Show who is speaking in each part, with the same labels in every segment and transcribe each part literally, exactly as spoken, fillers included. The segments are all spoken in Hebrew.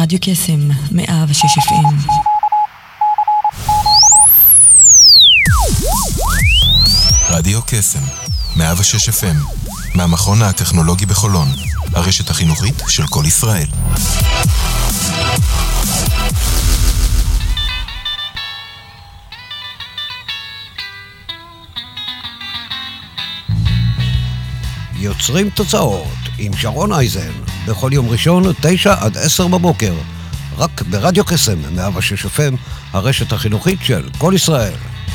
Speaker 1: רדיו קסם, מאה ושש אף אם.
Speaker 2: רדיו קסם, מאה ושש אף אם, מהמכון הטכנולוגי בחולון, הרשת החינוכית של כל ישראל.
Speaker 3: יוצרים תוצאות עם שרון אייזן, בכל יום ראשון תשע עד עשר בבוקר, רק ברדיו קסם, מאה ושש אף אם, הרשת החינוכית של כל ישראל.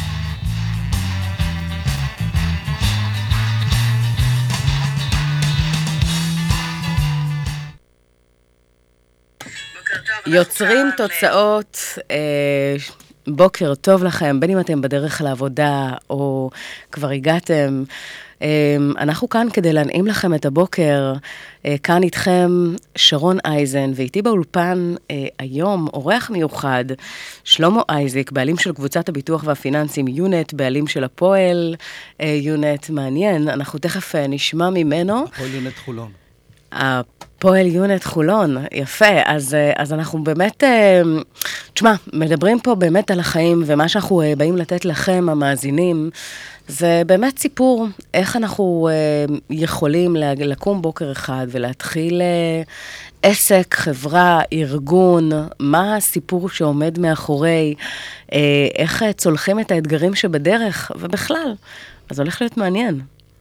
Speaker 4: יוצרים תוצאות, בוקר טוב לכם, בין אם אתם בדרך לעבודה או כבר הגעתם. אנחנו כאן כדי להנעים לכם את הבוקר, כאן איתכם שרון אייזן, ואיתי באולפן היום אורח מיוחד, שלמה אייזיק, בעלים של קבוצת הביטוח והפיננסים יונט, בעלים של הפועל יונט, מעניין, אנחנו תכף נשמע ממנו.
Speaker 5: הפועל יונט חולון.
Speaker 4: הפועל יונט חולון, יפה, אז, אז אנחנו באמת, תשמע, מדברים פה באמת על החיים, ומה שאנחנו באים לתת לכם, המאזינים, זה באמת סיפור, איך אנחנו יכולים לקום בוקר אחד, ולהתחיל עסק, חברה, ארגון, מה הסיפור שעומד מאחורי, איך צולחים את האתגרים שבדרך, ובכלל, אז הולך להיות מעניין.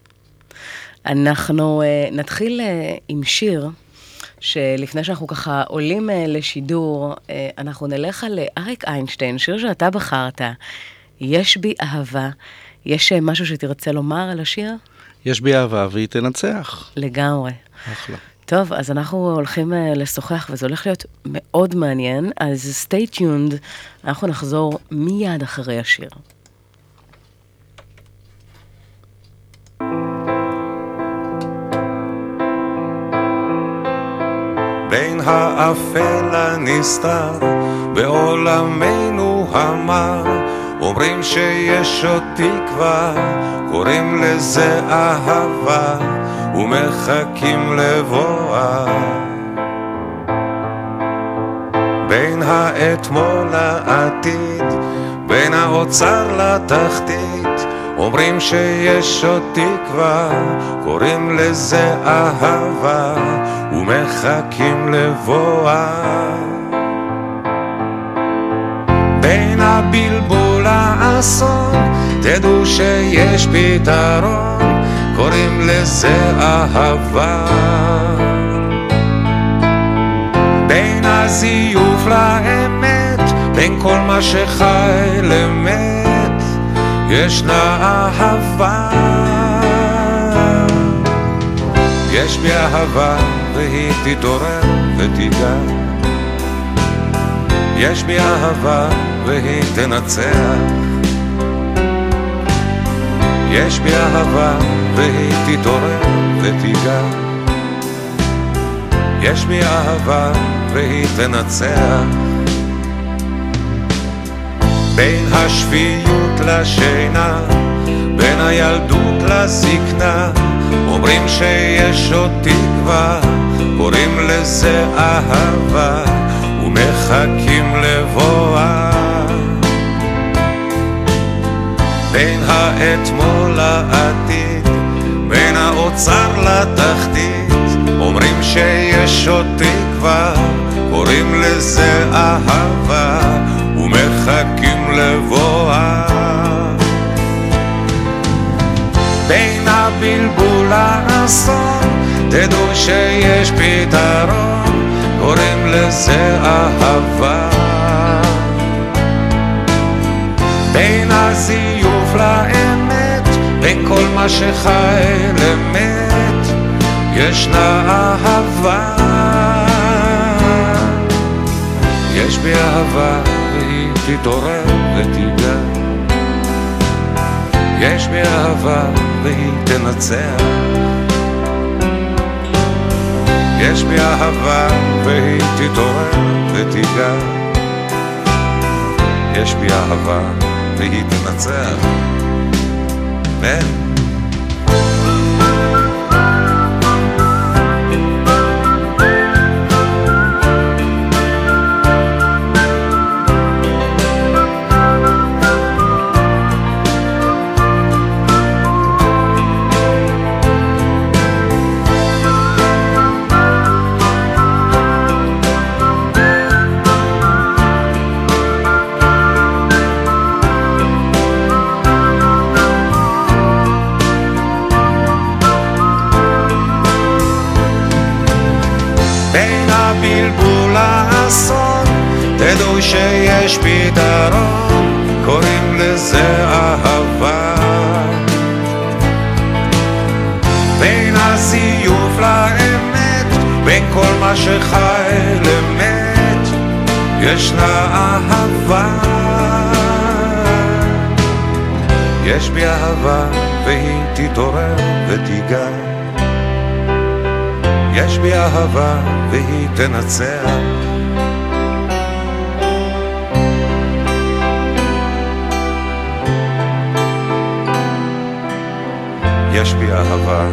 Speaker 4: אנחנו uh, נתחיל uh, עם שיר, שלפני שאנחנו ככה עולים uh, לשידור, uh, אנחנו נלך על uh, אריק איינשטיין, שיר שאתה בחרת, יש בי אהבה. יש uh, משהו שתרצה לומר על השיר?
Speaker 5: יש בי אהבה והיא תנצח.
Speaker 4: לגמרי.
Speaker 5: אחלה.
Speaker 4: טוב, אז אנחנו הולכים uh, לשוחח, וזה הולך להיות מאוד מעניין, אז stay tuned, אנחנו נחזור מיד אחרי השיר.
Speaker 6: בין האפל הנסתר בעולמנו המר, אומרים שיש עוד תקווה, קוראים לזה אהבה ומחכים לבואה. בין האתמול לעתיד, בין האוצר לתחתית, אומרים שיש עוד תקווה, קוראים לזה אהבה ומחכים לבואה. בין הבלבול האסון, תדעו שיש פתרון, קוראים לזה אהבה. בין הזיוף לאמת, בין כל מה שחי למת, ישנה אהבה. יש בי אהבה והיא תתעורר ותיגע, יש בי אהבה והיא תנצח, יש בי אהבה והיא תתעורר ותיגע, יש בי אהבה והיא תנצח. בין השפיות לשינה, בין הילדות לזקנה, אומרים שיש עוד תקווה, קוראים לזה אהבה ומחכים לבואה. בין האתמול לעתיד, בין האוצר לתחתית, אומרים שיש עוד תקווה, קוראים לזה אהבה ומחכים לבואה. בין הבלבול לאסון, תדעו שיש פתרון, קוראים לזה אהבה. בין הזיוף לאמת, בין כל מה שחי למת, ישנה אהבה. יש בי אהבה והיא תתעורר ותיגע, יש בי אהבה והיא תנצח, יש בי אהבה והיא תתעורר ותיגע, יש בי אהבה והיא תנצח. כן. ידעו שיש פתרון, קוראים לזה אהבה. בין הסיוף לאמת, בין כל מה שחי למת, ישנה אהבה. יש בי אהבה והיא תתעורר ותיגע, יש בי אהבה והיא תנצח. יש בי אהבה.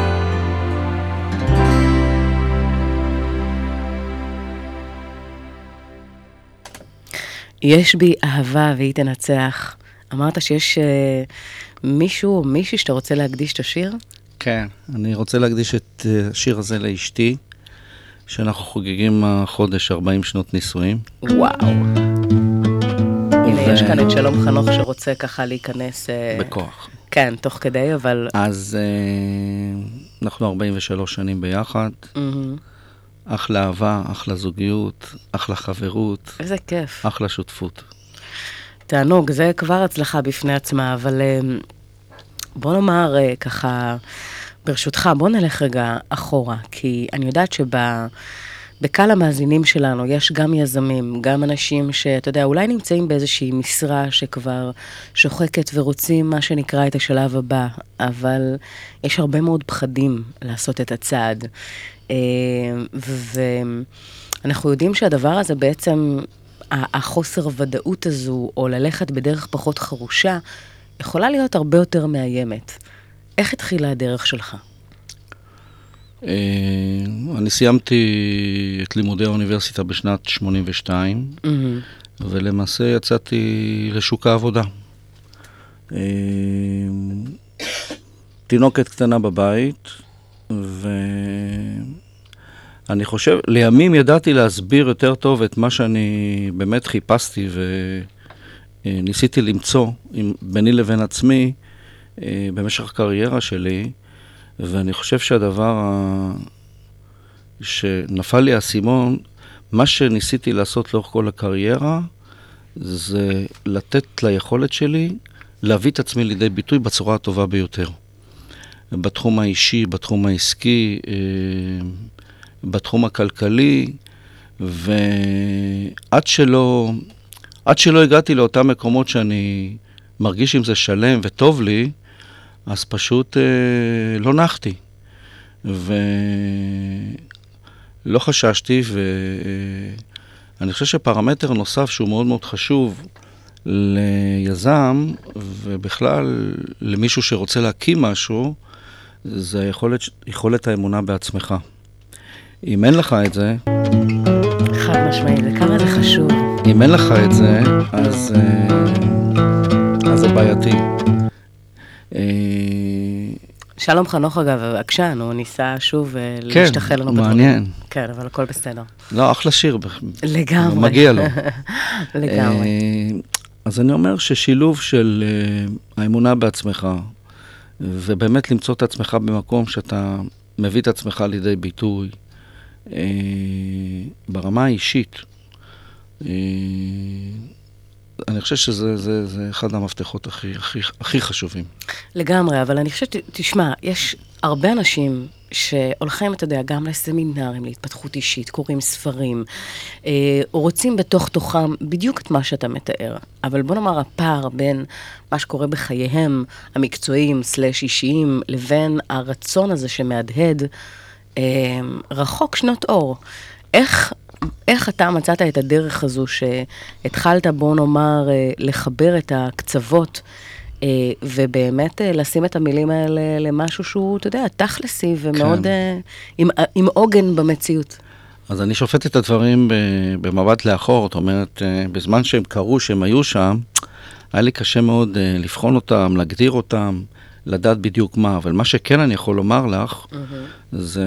Speaker 4: יש בי אהבה והיא תנצח. אמרת שיש uh, מישהו או מישהי שאתה רוצה להקדיש את השיר?
Speaker 5: כן, אני רוצה להקדיש את השיר הזה לאשתי, שאנחנו חוגגים החודש ארבעים שנות נישואים.
Speaker 4: וואו. הנה, יש כאן את שלום חנוך שרוצה ככה להיכנס...
Speaker 5: בכוח.
Speaker 4: כן, תוך כדי, אבל...
Speaker 5: אז אנחנו ארבעים ושלוש שנים ביחד. אחלה אהבה, אחלה זוגיות, אחלה חברות.
Speaker 4: איזה כיף.
Speaker 5: אחלה שותפות.
Speaker 4: תענוג, זה כבר הצלחה בפני עצמה, אבל בוא נאמר ככה, ברשותך, בוא נלך רגע אחורה, כי אני יודעת שבקהל המאזינים שלנו יש גם יזמים, גם אנשים שאתה יודע, אולי נמצאים באיזושהי משרה שכבר שוחקת ורוצים מה שנקרא את השלב הבא, אבל יש הרבה מאוד פחדים לעשות את הצעד. ואנחנו יודעים שהדבר הזה בעצם... החוסר ודאות הזו, או ללכת בדרך פחות חרושה, יכולה להיות הרבה יותר מאיימת. איך התחילה הדרך שלך?
Speaker 5: אני סיימתי את לימודי האוניברסיטה בשנת שמונים ושתיים, ולמעשה יצאתי לשוק העבודה. תינוקת קטנה בבית, ו... אני חושב, לימים ידעתי להסביר יותר טוב את מה שאני באמת חיפשתי וניסיתי למצוא ביני לבין עצמי במשך הקריירה שלי, ואני חושב שהדבר שנפל לי האסימון, מה שניסיתי לעשות לאורך כל הקריירה, זה לתת ליכולת שלי להביא את עצמי לידי ביטוי בצורה הטובה ביותר. בתחום האישי, בתחום העסקי, בתחום הכלכלי, ועד שלא, עד שלא הגעתי לאותם מקומות שאני מרגיש עם זה שלם וטוב לי, אז פשוט אה, לא נחתי. ולא חששתי, ואני חושב שפרמטר נוסף שהוא מאוד מאוד חשוב ליזם, ובכלל למישהו שרוצה להקים משהו, זה יכולת, יכולת האמונה בעצמך. אם אין לך את זה...
Speaker 4: חד משמעית, וכמה זה חשוב.
Speaker 5: אם אין לך את זה, אז, אז זה בעייתי.
Speaker 4: שלום חנוך אגב, עקשן, הוא ניסה שוב
Speaker 5: כן,
Speaker 4: להשתחל לנו בדברים.
Speaker 5: מעניין.
Speaker 4: כן, אבל הכל בסדר.
Speaker 5: לא, אחלה שיר.
Speaker 4: לגמרי.
Speaker 5: מגיע לו.
Speaker 4: לגמרי.
Speaker 5: אז אני אומר ששילוב של האמונה בעצמך, ובאמת למצוא את עצמך במקום שאתה מביא את עצמך לידי ביטוי, ברמה האישית, אני חושב שזה זה, זה אחד המפתחות הכי, הכי, הכי חשובים. לגמרי,
Speaker 4: אבל אני חושבת, תשמע, יש הרבה אנשים שהולכים, אתה יודע, גם לסמינרים, להתפתחות אישית, קוראים ספרים, או רוצים בתוך תוכם בדיוק את מה שאתה מתאר. אבל בוא נאמר, הפער בין מה שקורה בחייהם המקצועיים סלש אישיים, לבין הרצון הזה שמהדהד, רחוק שנות אור. איך, איך אתה מצאת את הדרך הזו שהתחלת, בוא נאמר, לחבר את הקצוות, ובאמת לשים את המילים האלה למשהו שהוא, אתה יודע, תכלסי ומאוד כן. עם, עם עוגן במציאות?
Speaker 5: אז אני שופט את הדברים במבט לאחור, זאת אומרת, בזמן שהם קרו, שהם היו שם, היה לי קשה מאוד לבחון אותם, להגדיר אותם, לדעת בדיוק מה, אבל מה שכן אני יכול לומר לך, mm-hmm. זה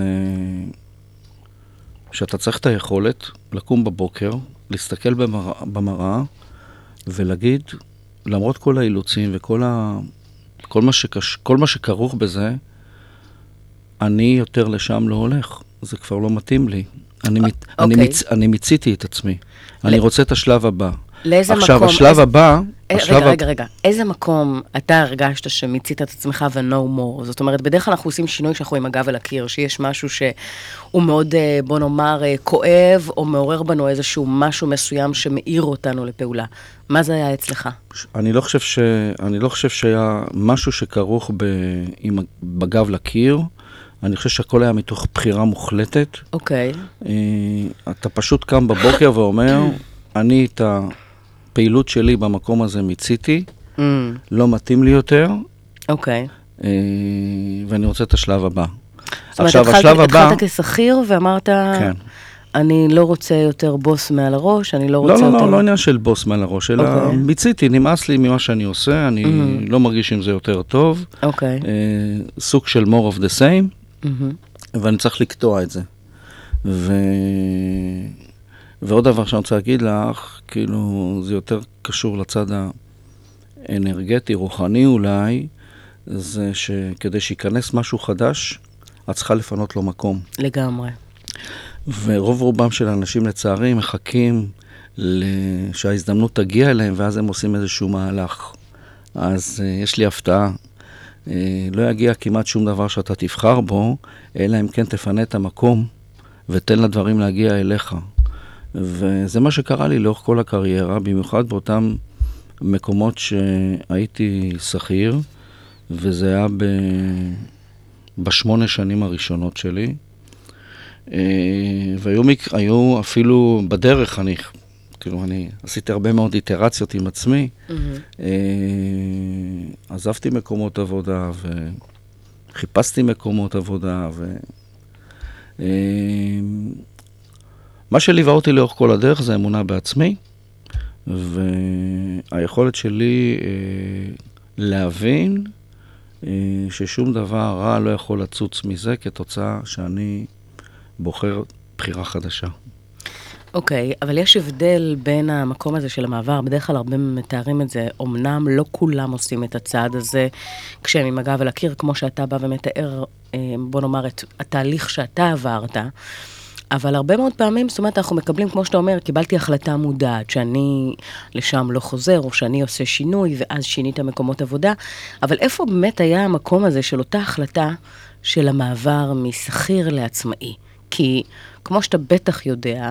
Speaker 5: שאתה צריך את היכולת לקום בבוקר, להסתכל במראה, במראה ולהגיד, למרות כל האילוצים וכל ה... כל מה, שקש... כל מה שכרוך בזה, אני יותר לשם לא הולך. זה כבר לא מתאים לי. אני, מת, אני,
Speaker 4: אוקיי.
Speaker 5: מצ, אני מיציתי את עצמי. אני רוצה את השלב הבא.
Speaker 4: לאיזה
Speaker 5: עכשיו,
Speaker 4: מקום?
Speaker 5: השלב
Speaker 4: איזה...
Speaker 5: הבא...
Speaker 4: רגע,
Speaker 5: השלב
Speaker 4: רגע, רגע. איזה מקום אתה הרגשת שמיצית את עצמך ו-no more? זאת אומרת, בדרך כלל אנחנו עושים שינוי שאנחנו עם הגב אל הקיר, שיש משהו שהוא מאוד, בוא נאמר, כואב, או מעורר בנו איזשהו משהו מסוים שמאיר אותנו לפעולה. מה זה היה אצלך?
Speaker 5: אני לא חושב ש... אני לא חושב שהיה משהו שכרוך ב... עם... בגב לקיר. אני חושב שהכל היה מתוך בחירה מוחלטת.
Speaker 4: אוקיי.
Speaker 5: אתה פשוט קם בבוקר ואומר, אני את הפעילות שלי במקום הזה מיציתי,
Speaker 4: Mm.
Speaker 5: לא מתאים לי יותר,
Speaker 4: אוקיי.
Speaker 5: ואני רוצה את השלב הבא.
Speaker 4: זאת אומרת,
Speaker 5: עכשיו, השלב הבא...
Speaker 4: התחלת כשכיר ואמרת,
Speaker 5: כן.
Speaker 4: אני לא רוצה יותר בוס מעל הראש, אני לא רוצה
Speaker 5: לא, לא,
Speaker 4: יותר...
Speaker 5: לא, לא עניין של בוס מעל הראש, אלא
Speaker 4: אוקיי.
Speaker 5: מיציתי, נמאס לי ממה שאני עושה, אני
Speaker 4: Mm.
Speaker 5: לא מרגיש עם זה יותר טוב.
Speaker 4: אוקיי.
Speaker 5: סוג של more of the same.
Speaker 4: Mm-hmm.
Speaker 5: ואני צריך לקטוע את זה. ו... ועוד דבר שאני רוצה להגיד לך, כאילו, זה יותר קשור לצד האנרגטי, רוחני אולי, זה שכדי שיכנס משהו חדש, את צריכה לפנות לו מקום.
Speaker 4: לגמרי.
Speaker 5: ורוב רובם של האנשים לצערי מחכים שההזדמנות תגיע אליהם, ואז הם עושים איזשהו מהלך. אז uh, יש לי הפתעה. Uh, לא יגיע כמעט שום דבר שאתה תבחר בו, אלא אם כן תפנה את המקום, ותן לדברים להגיע אליך. וזה מה שקרה לי לאורך כל הקריירה, במיוחד באותם מקומות שהייתי שכיר, וזה היה ב... בשמונה שנים הראשונות שלי. והיו מק... היו אפילו בדרך, אני, כאילו, אני עשיתי הרבה מאוד איטרציות עם עצמי. Mm-hmm. עזבתי מקומות עבודה, וחיפשתי מקומות עבודה, ו... מה שליווה אותי לאורך כל הדרך זה אמונה בעצמי, והיכולת שלי להבין ששום דבר רע לא יכול לצוץ מזה כתוצאה שאני בוחר בחירה חדשה.
Speaker 4: אוקיי, okay, אבל יש הבדל בין המקום הזה של המעבר, בדרך כלל הרבה מתארים את זה, אמנם לא כולם עושים את הצעד הזה, כשהם עם הגב אל הקיר, כמו שאתה בא ומתאר, בוא נאמר, את התהליך שאתה עברת, אבל הרבה מאוד פעמים, זאת אומרת, אנחנו מקבלים, כמו שאתה אומר, קיבלתי החלטה מודעת, שאני לשם לא חוזר, או שאני עושה שינוי, ואז שינית מקומות עבודה, אבל איפה באמת היה המקום הזה של אותה החלטה של המעבר משכיר לעצמאי? כי, כמו שאתה בטח יודע,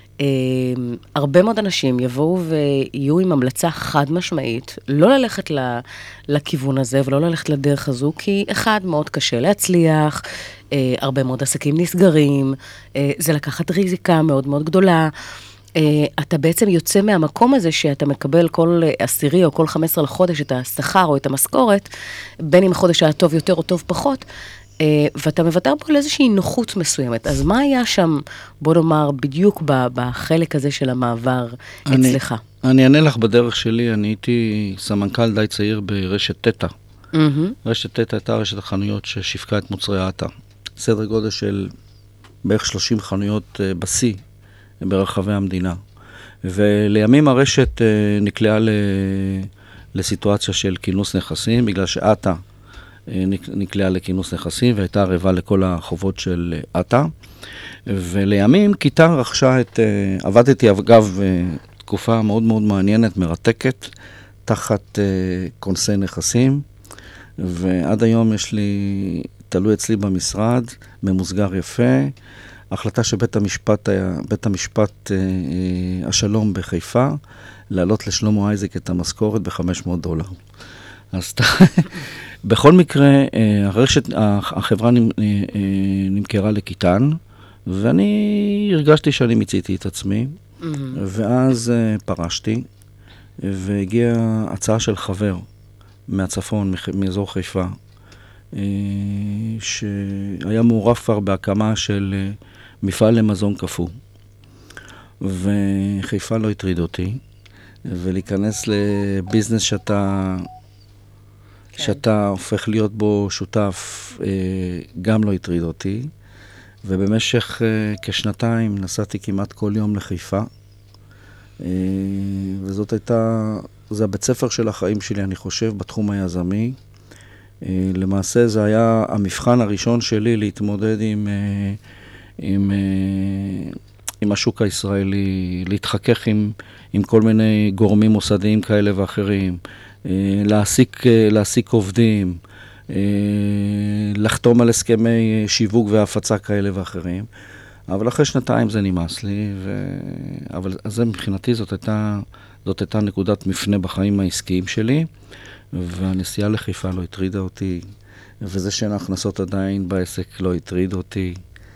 Speaker 4: הרבה מאוד אנשים יבואו ויהיו עם המלצה חד משמעית, לא ללכת לכיוון הזה ולא ללכת לדרך הזו, כי אחד, מאוד קשה להצליח, הרבה מאוד עסקים נסגרים, זה לקחת ריזיקה מאוד מאוד גדולה, אתה בעצם יוצא מהמקום הזה שאתה מקבל כל עשירי או כל חמש עשרה לחודש את השכר או את המשכורת, בין אם החודש היה טוב יותר או טוב פחות, ואתה מוותר פה לאיזושהי נוחות מסוימת. אז מה היה שם, בוא נאמר, בדיוק בחלק הזה של המעבר
Speaker 5: אני,
Speaker 4: אצלך?
Speaker 5: אני אענה לך בדרך שלי, אני הייתי סמנכ"ל די צעיר ברשת טטה. Mm-hmm. רשת טטה הייתה רשת החנויות ששיווקה את מוצרי האטה. סדר גודל של בערך שלושים חנויות בשיא ברחבי המדינה. ולימים הרשת נקלעה לסיטואציה של כינוס נכסים, בגלל שאטה נקלעה לכינוס נכסים, והייתה ערבה לכל החובות של אטה. ולימים כיתה רכשה את, עבדתי אגב תקופה מאוד מאוד מעניינת, מרתקת, תחת כונסי נכסים, ועד היום יש לי, תלוי אצלי במשרד, ממוסגר יפה, החלטה שבית המשפט, בית המשפט השלום בחיפה, להעלות לשלמה אייזק את המשכורת ב-חמש מאות דולר. אז בכל מקרה, הרשת, החברה נמכרה לכיתן, ואני הרגשתי שאני מיציתי את עצמי, mm-hmm. ואז פרשתי, והגיעה הצעה של חבר מהצפון, מאזור חיפה, שהיה מעורב כבר בהקמה של מפעל למזון קפוא. וחיפה לא הטריד אותי, ולהיכנס לביזנס שאתה... שאתה הופך להיות בו שותף, גם לא הטריד אותי, ובמשך כשנתיים נסעתי כמעט כל יום לחיפה, וזאת הייתה, זה הבית ספר של החיים שלי, אני חושב, בתחום היזמי. למעשה זה היה המבחן הראשון שלי להתמודד עם, עם, עם השוק הישראלי, להתחכך עם, עם כל מיני גורמים מוסדיים כאלה ואחרים, להעסיק, להעסיק עובדים, לחתום על הסכמי שיווק והפצה כאלה ואחרים. אבל אחרי שנתיים זה נמאס לי, ו... אבל זה מבחינתי זאת הייתה, זאת הייתה נקודת מפנה בחיים העסקיים שלי, והנסיעה לחיפה לא הטרידה אותי, וזה שאין ההכנסות עדיין בעסק לא הטריד אותי,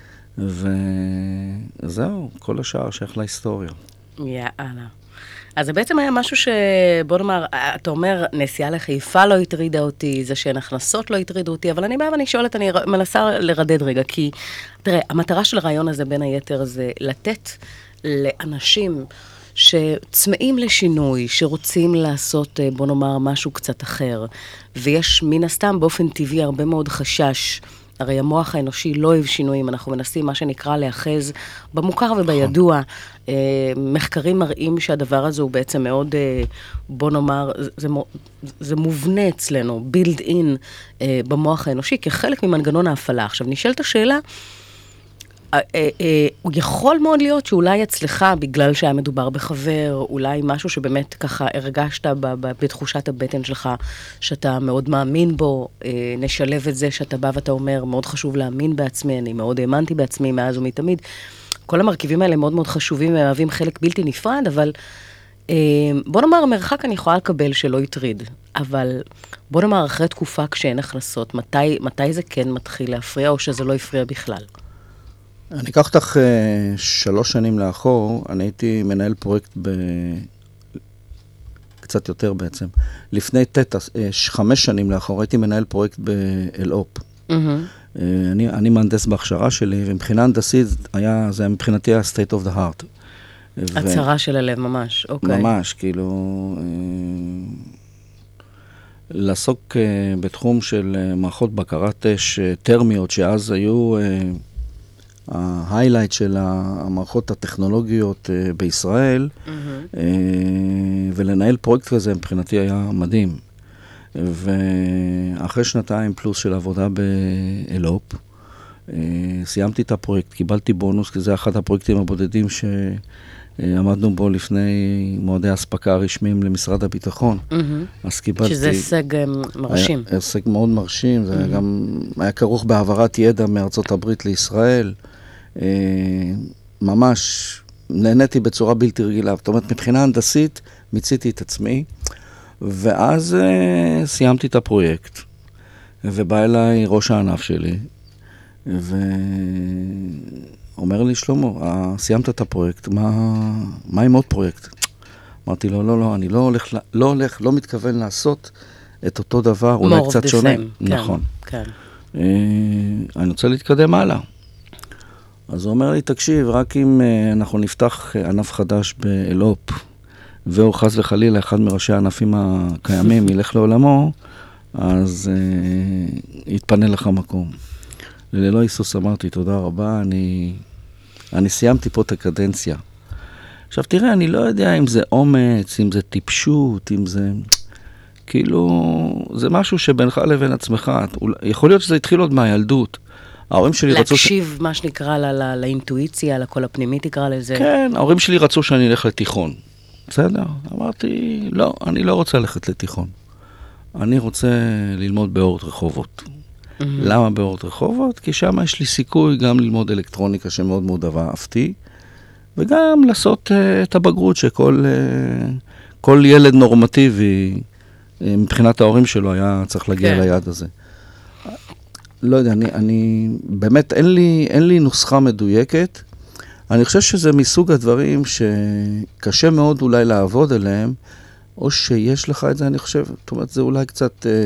Speaker 5: וזהו, כל השאר שייך להיסטוריה.
Speaker 4: יאללה. אז זה בעצם היה משהו שבוא נאמר, אתה אומר, נסיעה לחיפה לא הטרידה אותי, זה שאין הכנסות לא הטרידו אותי, אבל אני באה ואני שואלת, אני מנסה לרדד רגע, כי תראה, המטרה של הרעיון הזה בין היתר זה לתת לאנשים שצמאים לשינוי, שרוצים לעשות, בוא נאמר, משהו קצת אחר, ויש מן הסתם באופן טבעי הרבה מאוד חשש, הרי המוח האנושי לא אוהב שינויים, אנחנו מנסים מה שנקרא להאחז במוכר ובידוע. מחקרים מראים שהדבר הזה הוא בעצם מאוד, בוא נאמר, זה, זה מובנה אצלנו, build in במוח האנושי, כחלק ממנגנון ההפעלה. עכשיו, נשאלת השאלה, הוא יכול מאוד להיות שאולי אצלך, בגלל שהיה מדובר בחבר, אולי משהו שבאמת ככה הרגשת בתחושת הבטן שלך, שאתה מאוד מאמין בו, נשלב את זה שאתה בא ואתה אומר, מאוד חשוב להאמין בעצמי, אני מאוד האמנתי בעצמי מאז ומתמיד. כל המרכיבים האלה מאוד מאוד חשובים, הם מהווים חלק בלתי נפרד, אבל בוא נאמר, המרחק אני יכולה לקבל שלא יטריד, אבל בוא נאמר, אחרי תקופה כשאין הכנסות, מתי, מתי זה כן מתחיל להפריע, או שזה לא יפריע בכלל?
Speaker 5: אני אקח אותך uh, שלוש שנים לאחור, אני הייתי מנהל פרויקט ב... קצת יותר בעצם. לפני תטא, uh, חמש שנים לאחור, הייתי מנהל פרויקט באל-אופ. Mm-hmm. Uh, אני, אני מהנדס בהכשרה שלי, ומבחינה הנדסית, היה, זה היה מבחינתי ה-state of the heart.
Speaker 4: הצהרה ו... של הלב, ממש, אוקיי. ממש,
Speaker 5: כאילו... Uh, לעסוק uh, בתחום של uh, מערכות בקרת אש uh, טרמיות, שאז היו... Uh, ההיילייט של המערכות הטכנולוגיות בישראל, mm-hmm. ולנהל פרויקט כזה מבחינתי היה מדהים. ואחרי שנתיים פלוס של עבודה באל-אופ, סיימתי את הפרויקט, קיבלתי בונוס, כי זה אחד הפרויקטים הבודדים שעמדנו בו לפני מועדי הספקה הרשמיים למשרד הביטחון. Mm-hmm. אז קיבלתי...
Speaker 4: שזה הישג מרשים.
Speaker 5: היה הישג מאוד מרשים, זה mm-hmm. היה גם היה כרוך בהעברת ידע מארצות הברית לישראל. ממש נהניתי בצורה בלתי רגילה. זאת אומרת, מבחינה הנדסית מיציתי את עצמי, ואז סיימתי את הפרויקט, ובא אליי ראש הענף שלי, ואומר לי, שלמה, סיימת את הפרויקט, מה, מה עם עוד פרויקט? אמרתי לו, לא, לא, אני לא הולך, לא הולך, לא מתכוון לעשות את אותו דבר, אולי קצת שונה. נכון.
Speaker 4: כן.
Speaker 5: אני רוצה להתקדם הלאה. אז הוא אומר לי, תקשיב, רק אם אנחנו נפתח ענף חדש באל-אופ, והוא חס וחלילה, אחד מראשי הענפים הקיימים ילך לעולמו, אז יתפנה לך מקום. ללא היסוס אמרתי, תודה רבה, אני, אני סיימתי פה את הקדנציה. עכשיו תראה, אני לא יודע אם זה אומץ, אם זה טיפשות, אם זה... כאילו, זה משהו שבינך לבין עצמך. יכול להיות שזה התחיל עוד מהילדות. ההורים שלי רצו...
Speaker 4: להקשיב, מה שנקרא, לאינטואיציה, לקול הפנימי, תקרא לזה.
Speaker 5: כן, ההורים שלי רצו שאני אלך לתיכון. בסדר? אמרתי, לא, אני לא רוצה ללכת לתיכון. אני רוצה ללמוד באורט רחובות. למה באורט רחובות? כי שם יש לי סיכוי גם ללמוד אלקטרוניקה שמאוד מאוד אהבתי, וגם לעשות את הבגרות שכל כל ילד נורמטיבי, מבחינת ההורים שלו, היה צריך להגיע כן. ליד הזה. לא יודע, אני, אני באמת, אין לי, אין לי נוסחה מדויקת. אני חושב שזה מסוג הדברים שקשה מאוד אולי לעבוד עליהם, או שיש לך את זה, אני חושב, זאת אומרת, זה אולי קצת אה,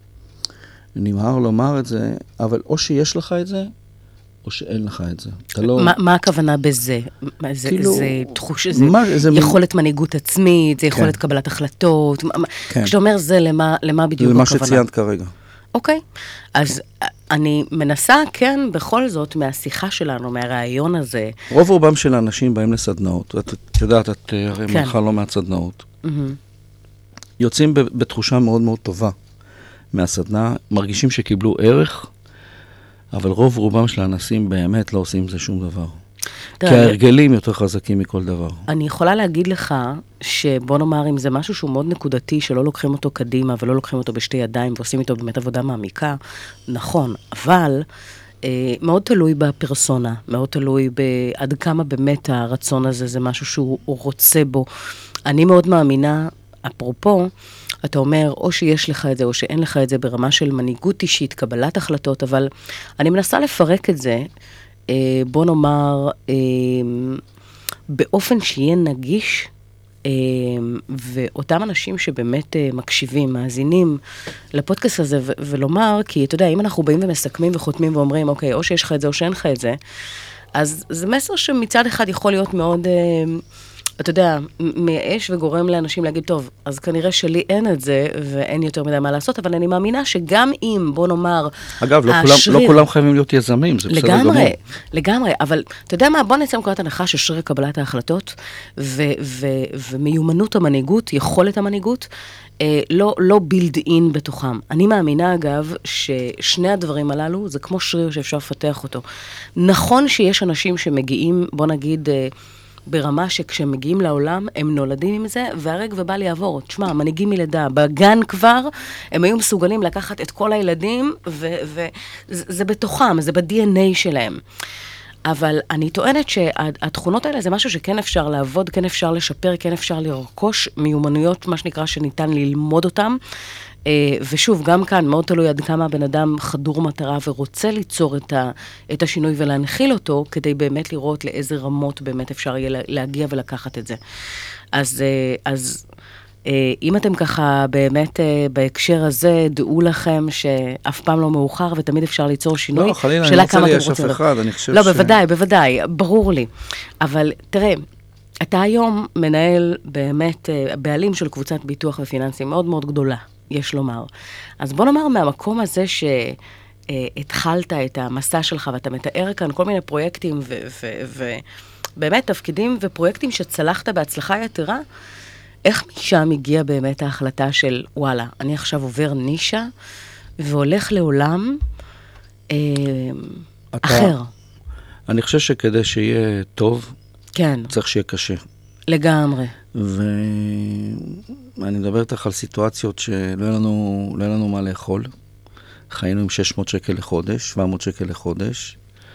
Speaker 5: נמהר לומר את זה, אבל או שיש לך את זה, או שאין לך את זה. אתה לא...
Speaker 4: מה, מה הכוונה בזה? זה, כאילו, זה תחוש, זה, מה, זה יכולת מ... מנהיגות עצמית, זה יכולת כן. קבלת החלטות. כן. כשאתה אומר זה, למה, למה בדיוק
Speaker 5: למה
Speaker 4: הכוונה?
Speaker 5: למה שציינת כרגע.
Speaker 4: אוקיי, אז אני מנסה, כן, בכל זאת, מהשיחה שלנו, מהרעיון הזה.
Speaker 5: רוב רובם של האנשים באים לסדנאות. את יודעת, את הרי כן. מלכה לא מהסדנאות. Mm-hmm. יוצאים בתחושה מאוד מאוד טובה מהסדנה, מרגישים שקיבלו ערך, אבל רוב רובם של האנשים באמת לא עושים עם זה שום דבר. כי
Speaker 4: תראה,
Speaker 5: ההרגלים יותר חזקים מכל דבר.
Speaker 4: אני יכולה להגיד לך שבוא נאמר, אם זה משהו שהוא מאוד נקודתי, שלא לוקחים אותו קדימה ולא לוקחים אותו בשתי ידיים ועושים איתו באמת עבודה מעמיקה, נכון, אבל אה, מאוד תלוי בפרסונה, מאוד תלוי בעד כמה באמת הרצון הזה זה משהו שהוא רוצה בו. אני מאוד מאמינה, אפרופו, אתה אומר, או שיש לך את זה, או שאין לך את זה ברמה של מנהיגות אישית, קבלת החלטות, אבל אני מנסה לפרק את זה, אה, בוא נאמר, אה, באופן שיהיה נגיש, אה, ואותם אנשים שבאמת אה, מקשיבים, מאזינים לפודקאסט הזה, ו- ולומר, כי אתה יודע, אם אנחנו באים ומסכמים וחותמים ואומרים, אוקיי, או שיש לך את זה, או שאין לך את זה, אז זה מסר שמצד אחד יכול להיות מאוד... אה, אתה יודע, מייאש וגורם לאנשים להגיד, טוב, אז כנראה שלי אין את זה, ואין יותר מדי מה לעשות, אבל אני מאמינה שגם אם, בוא נאמר,
Speaker 5: אגב, לא, השריר... כולם, לא כולם חייבים להיות יזמים, זה בסדר גמור.
Speaker 4: לגמרי, לגמרי, אבל אתה יודע מה, בוא נצא מנקודת הנחה ששריר קבלת ההחלטות, ו- ו- ומיומנות המנהיגות, יכולת המנהיגות, אה, לא, לא בילד אין בתוכם. אני מאמינה, אגב, ששני הדברים הללו, זה כמו שריר שאפשר לפתח אותו. נכון שיש אנשים שמגיעים, בוא נגיד, אה, ברמה שכשהם מגיעים לעולם, הם נולדים עם זה, והרג ובא יעבור. תשמע, מנהיגים מלידה, בגן כבר, הם היו מסוגלים לקחת את כל הילדים, וזה בתוכם, זה ב-די אן איי שלהם. אבל אני טוענת שהתכונות האלה זה משהו שכן אפשר לעבוד, כן אפשר לשפר, כן אפשר לרכוש מיומנויות, מה שנקרא, שניתן ללמוד אותם. ושוב, גם כאן מאוד תלוי עד כמה הבן אדם חדור מטרה ורוצה ליצור את, ה, את השינוי ולהנחיל אותו, כדי באמת לראות לאיזה רמות באמת אפשר יהיה להגיע ולקחת את זה. אז, אז אם אתם ככה באמת בהקשר הזה, דעו לכם שאף פעם לא מאוחר ותמיד אפשר ליצור שינוי.
Speaker 5: לא, חלילה, אני רוצה לי יש אף אחד, אני חושב ש...
Speaker 4: לא, בוודאי, בוודאי, ברור לי. אבל תראה, אתה היום מנהל באמת בעלים של קבוצת ביטוח ופיננסים מאוד מאוד גדולה. יש לומר. אז בוא נאמר מהמקום הזה שהתחלת את המסע שלך, ואתה מתאר כאן כל מיני פרויקטים, ובאמת תפקידים ופרויקטים שצלחת בהצלחה יתרה, איך משם הגיעה באמת ההחלטה של, וואלה, אני עכשיו עובר נישה, והולך לעולם אה,
Speaker 5: אתה,
Speaker 4: אחר. אני
Speaker 5: חושב שכדי שיהיה טוב,
Speaker 4: כן.
Speaker 5: צריך שיהיה קשה.
Speaker 4: לגמרי.
Speaker 5: ואני מדבר איתך על סיטואציות שלא היה לנו, לא היה לנו מה לאכול. חיינו עם שש מאות שקל לחודש, שבע מאות שקל לחודש.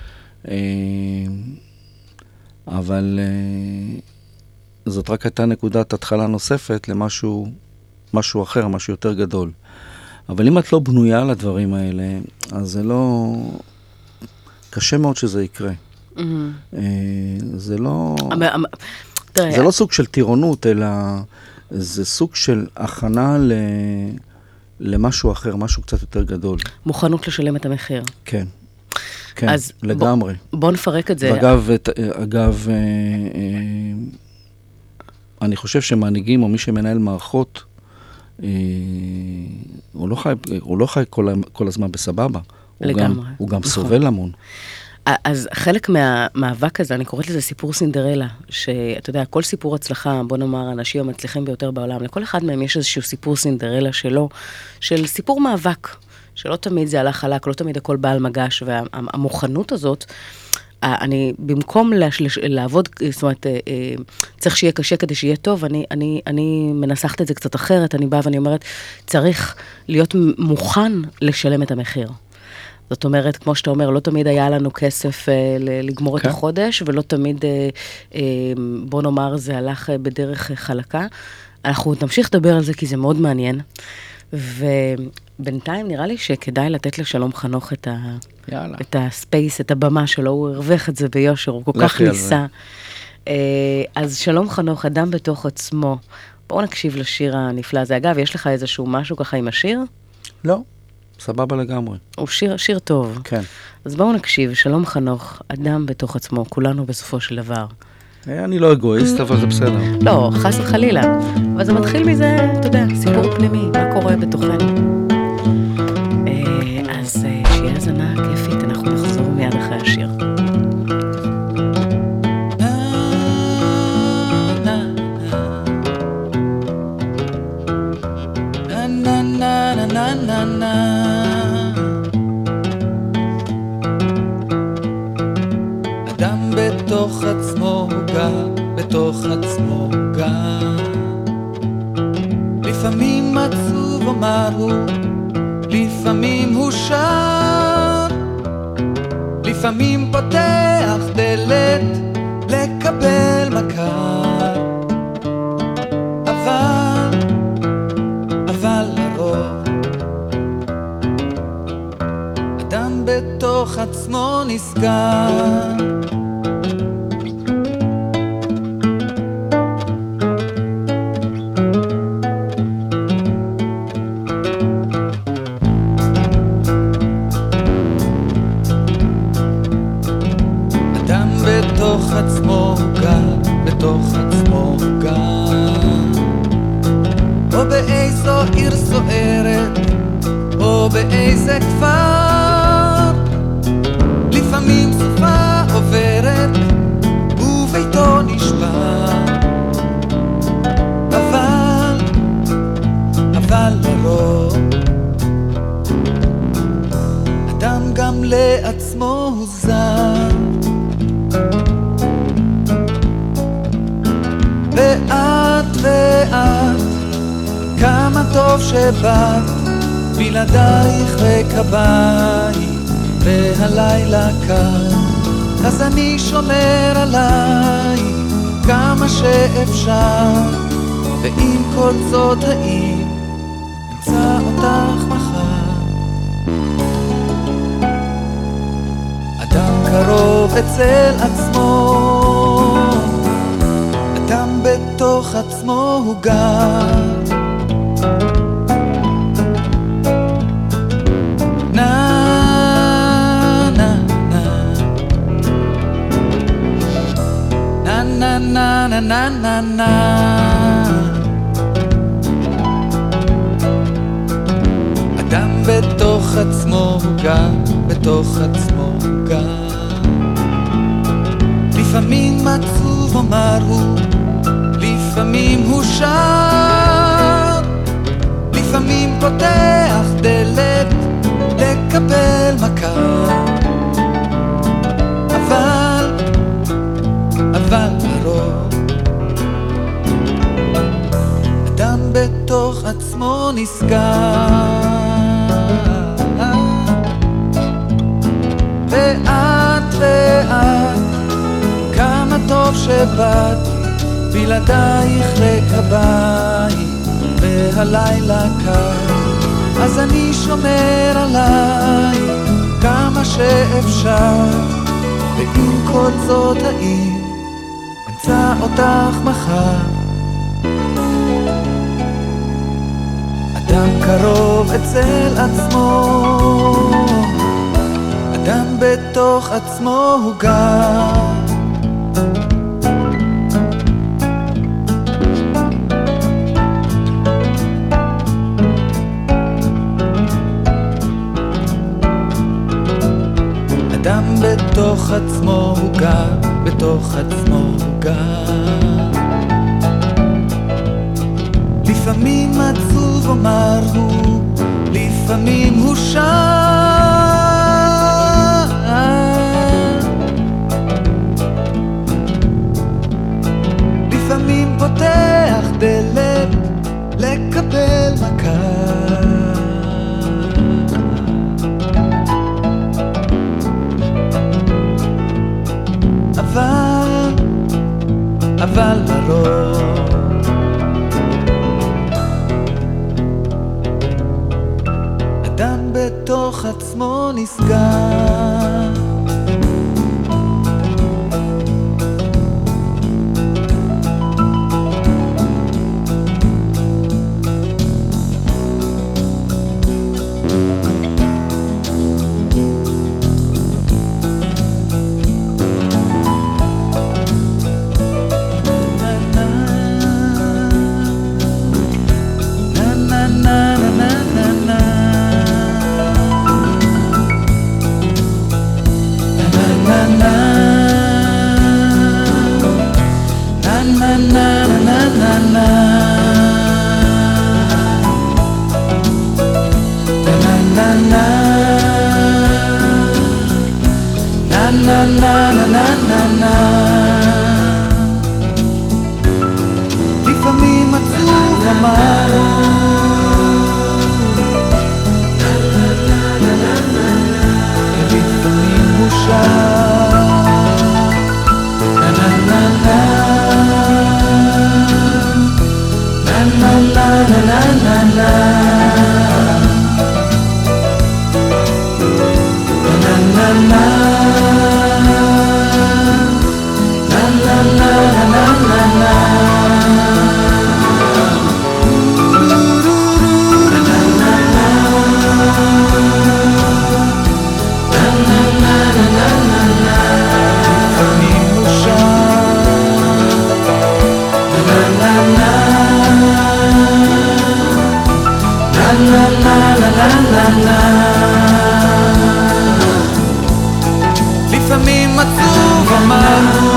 Speaker 5: אבל זאת רק הייתה נקודת התחלה נוספת למשהו משהו אחר, משהו יותר גדול. אבל אם את לא בנויה לדברים האלה, אז זה לא... קשה מאוד שזה יקרה. זה לא... זה לא סוג של טירונות, אלא זה סוג של הכנה ל... למשהו אחר, משהו קצת יותר גדול.
Speaker 4: מוכנות לשלם את המחיר.
Speaker 5: כן, כן, לגמרי.
Speaker 4: בוא, בוא נפרק את זה.
Speaker 5: ואגב, אגב, אני חושב שמנהיגים או מי שמנהל מערכות, הוא לא חי, הוא לא חי כל, כל הזמן בסבבה. לגמרי. הוא גם, הוא גם סובל המון.
Speaker 4: אז חלק מהמאבק הזה, אני קוראת לזה סיפור סינדרלה, שאתה יודע, כל סיפור הצלחה, בוא נאמר, האנשים המצליחים ביותר בעולם, לכל אחד מהם יש איזשהו סיפור סינדרלה שלו, של סיפור מאבק, שלא תמיד זה הלך חלק, לא תמיד הכל בעל מגש, והמוכנות הזאת, אני, במקום לעבוד, זאת אומרת, צריך שיהיה קשה כדי שיהיה טוב, אני, אני, אני מנסחת את זה קצת אחרת, אני באה ואני אומרת, צריך להיות מוכן לשלם את המחיר. זאת אומרת, כמו שאתה אומר, לא תמיד היה לנו כסף אה, לגמור okay. את החודש, ולא תמיד, אה, אה, בוא נאמר, זה הלך אה, בדרך אה, חלקה. אנחנו נמשיך לדבר על זה, כי זה מאוד מעניין. ובינתיים נראה לי שכדאי לתת לשלום חנוך את, ה, את הספייס, את הבמה שלו, הוא הרוויח את זה ביושר, הוא כל כך ניסה. אה, אז שלום חנוך, אדם בתוך עצמו. בואו נקשיב לשיר הנפלא הזה. אגב, יש לך איזשהו משהו ככה עם השיר?
Speaker 5: לא. סבבה לגמרי.
Speaker 4: הוא שיר, שיר טוב.
Speaker 5: כן.
Speaker 4: אז בואו נקשיב, שלום חנוך, אדם בתוך עצמו, כולנו בסופו של דבר.
Speaker 5: אני לא אגואיסט, אבל זה בסדר.
Speaker 4: לא, חס וחלילה. אבל זה מתחיל מזה, אתה יודע, סיפור פנימי, מה קורה בתוכנו. אז שיהיה הזנה כיפית, אנחנו נחזור מיד אחרי השיר.
Speaker 7: na na na na בתוך עצמו הוא גר, בתוך עצמו הוא גר. לפעמים עצוב אמר הוא, לפעמים הוא שר, לפעמים פותח דלת לקבל מכר. אבל, אבל לרוב אדם בתוך עצמו נסגר. בתוך עצמו הוא גר, בתוך עצמו הוא גר. או באיזו עיר סוערת, או באיזה כפר, לפעמים סופה עוברת וביתו נשבר. אבל, אבל לרוב אדם גם לעצמו הוא זר. ואת ואת, כמה טוב שבאת, בלעדייך וקבייך, והלילה קר, אז אני שומר עלייך כמה שאפשר, ועם כל זאת האם אמצא אותך מחר. אדם קרוב אצל עצמו, אדם בתוך עצמו הוא גר. נא נא נא נא נא נא נא נא נא. אדם בתוך עצמו הוא גר, בתוך עצמו הוא גר. לפעמים עצוב אמר הוא, לפעמים הוא שר, לפעמים פותח דלת לקבל מכר. אבל, אבל לרוב אדם בתוך עצמו נסגר. ואת ואת, כמה טוב שבאת, בלעדייך לקבייך, והלילה קר, אז אני שומר עלייך כמה שאפשר, ועם כל זאת האם אמצא אותך מחר. אדם קרוב אצל עצמו, אדם בתוך עצמו הוא גר. אדם בתוך עצמו הוא גר, בתוך עצמו הוא גר. לפעמים עצוב אמר הוא, לפעמים הוא שר, לפעמים פותח דלת לקבל מכר. אבל, אבל לרוב אדם בתוך עצמו נסגר. Na na na na na na. אמרנו לפעמים הוא שר נה נה נה נה נה נה נה נה נה לפעמים עצוב אמרנו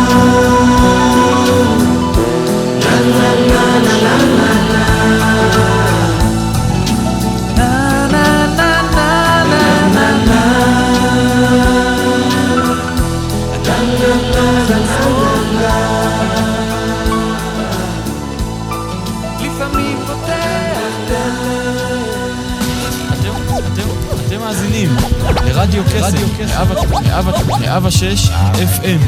Speaker 7: לה לה לה לה לה לה לה לה לה לה לפעמים פותח
Speaker 8: אתם מאזינים לרדיו קסם, מאה ושש אף אם.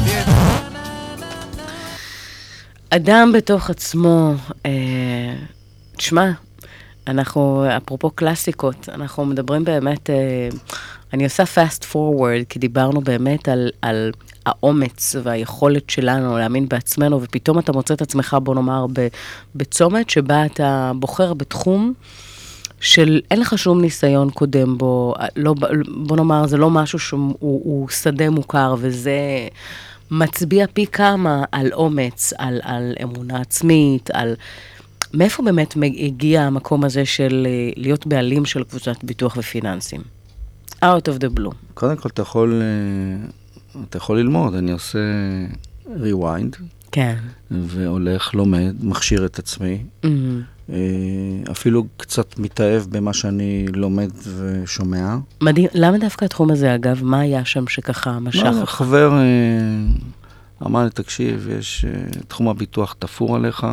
Speaker 4: אדם בתוך עצמו, אה, תשמע, אנחנו, אפרופו קלאסיקות, אנחנו מדברים באמת, אה, אני עושה fast forward, כי דיברנו באמת על, על האומץ והיכולת שלנו להאמין בעצמנו, ופתאום אתה מוצא את עצמך, בוא נאמר, בצומת שבה אתה בוחר בתחום, של אין לך שום ניסיון קודם בו, לא, בוא נאמר, זה לא משהו שהוא הוא שדה מוכר, וזה מצביע פי כמה על אומץ, על, על אמונה עצמית, על... מאיפה באמת הגיע המקום הזה של להיות בעלים של קבוצת ביטוח ופיננסים? Out of the blue.
Speaker 5: קודם כל, אתה יכול, אתה יכול ללמוד, אני עושה rewind.
Speaker 4: כן.
Speaker 5: והולך, לומד, מכשיר את עצמי. Mm-hmm. אפילו קצת מתאהב במה שאני לומד ושומע.
Speaker 4: מדהים, למה דווקא התחום הזה, אגב? מה היה שם שככה משך?
Speaker 5: לא, חבר אמר לי, תקשיב, יש תחום הביטוח תפור עליך,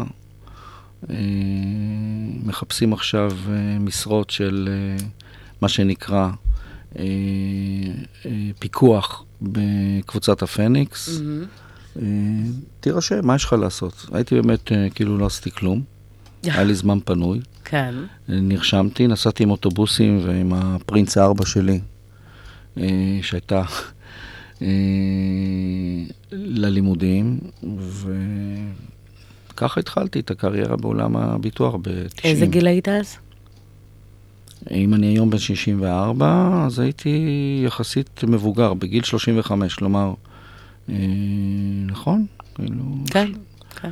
Speaker 5: מחפשים עכשיו משרות של מה שנקרא פיקוח בקבוצת הפניקס. Mm-hmm. תירשם, מה יש לך לעשות? הייתי באמת, כאילו לא עשיתי כלום. היה לי זמן פנוי.
Speaker 4: כן.
Speaker 5: נרשמתי, נסעתי עם אוטובוסים ועם הפרינץ הארבע שלי, שהייתה ללימודים, וככה התחלתי את הקריירה בעולם הביטוח ב-תשעים.
Speaker 4: איזה גיל היית אז?
Speaker 5: אם אני היום בן שישים וארבע, אז הייתי יחסית מבוגר, בגיל שלושים וחמש, כלומר, נכון?
Speaker 4: כן, כן.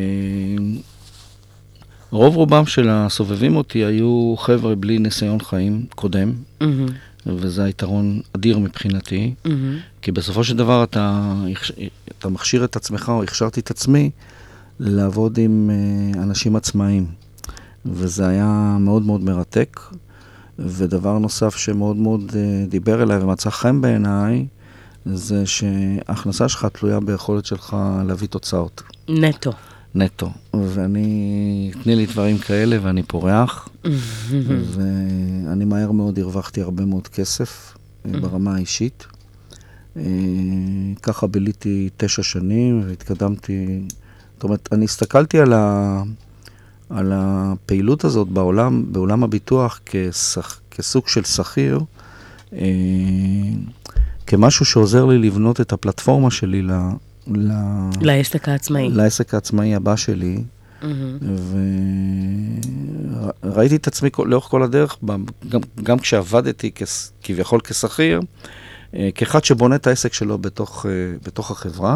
Speaker 5: רוב רובם של הסובבים אותי היו חבר'ה בלי ניסיון חיים קודם, mm-hmm. וזה היתרון אדיר מבחינתי, mm-hmm. כי בסופו של דבר אתה, אתה מכשיר את עצמך, או הכשרתי את עצמי, לעבוד עם אנשים עצמאיים. וזה היה מאוד מאוד מרתק, ודבר נוסף שמאוד מאוד דיבר אליי ומצא חן בעיניי, זה שההכנסה שלך תלויה ביכולת שלך להביא תוצאות.
Speaker 4: נטו.
Speaker 5: נטו. ואני, תני לי דברים כאלה ואני פורח, ואני מהר מאוד הרווחתי הרבה מאוד כסף ברמה האישית. ככה ביליתי תשע שנים והתקדמתי, זאת אומרת, אני הסתכלתי על ה... על הפעילות הזאת בעולם, בעולם הביטוח כשח, כסוג של שכיר, אה, כמשהו שעוזר לי לבנות את הפלטפורמה שלי ל, ל,
Speaker 4: לעסק העצמאי.
Speaker 5: לעסק העצמאי הבא שלי. Mm-hmm. וראיתי את עצמי לאורך כל הדרך, גם, גם כשעבדתי כס, כביכול כשכיר, אה, כאחד שבונה את העסק שלו בתוך, אה, בתוך החברה.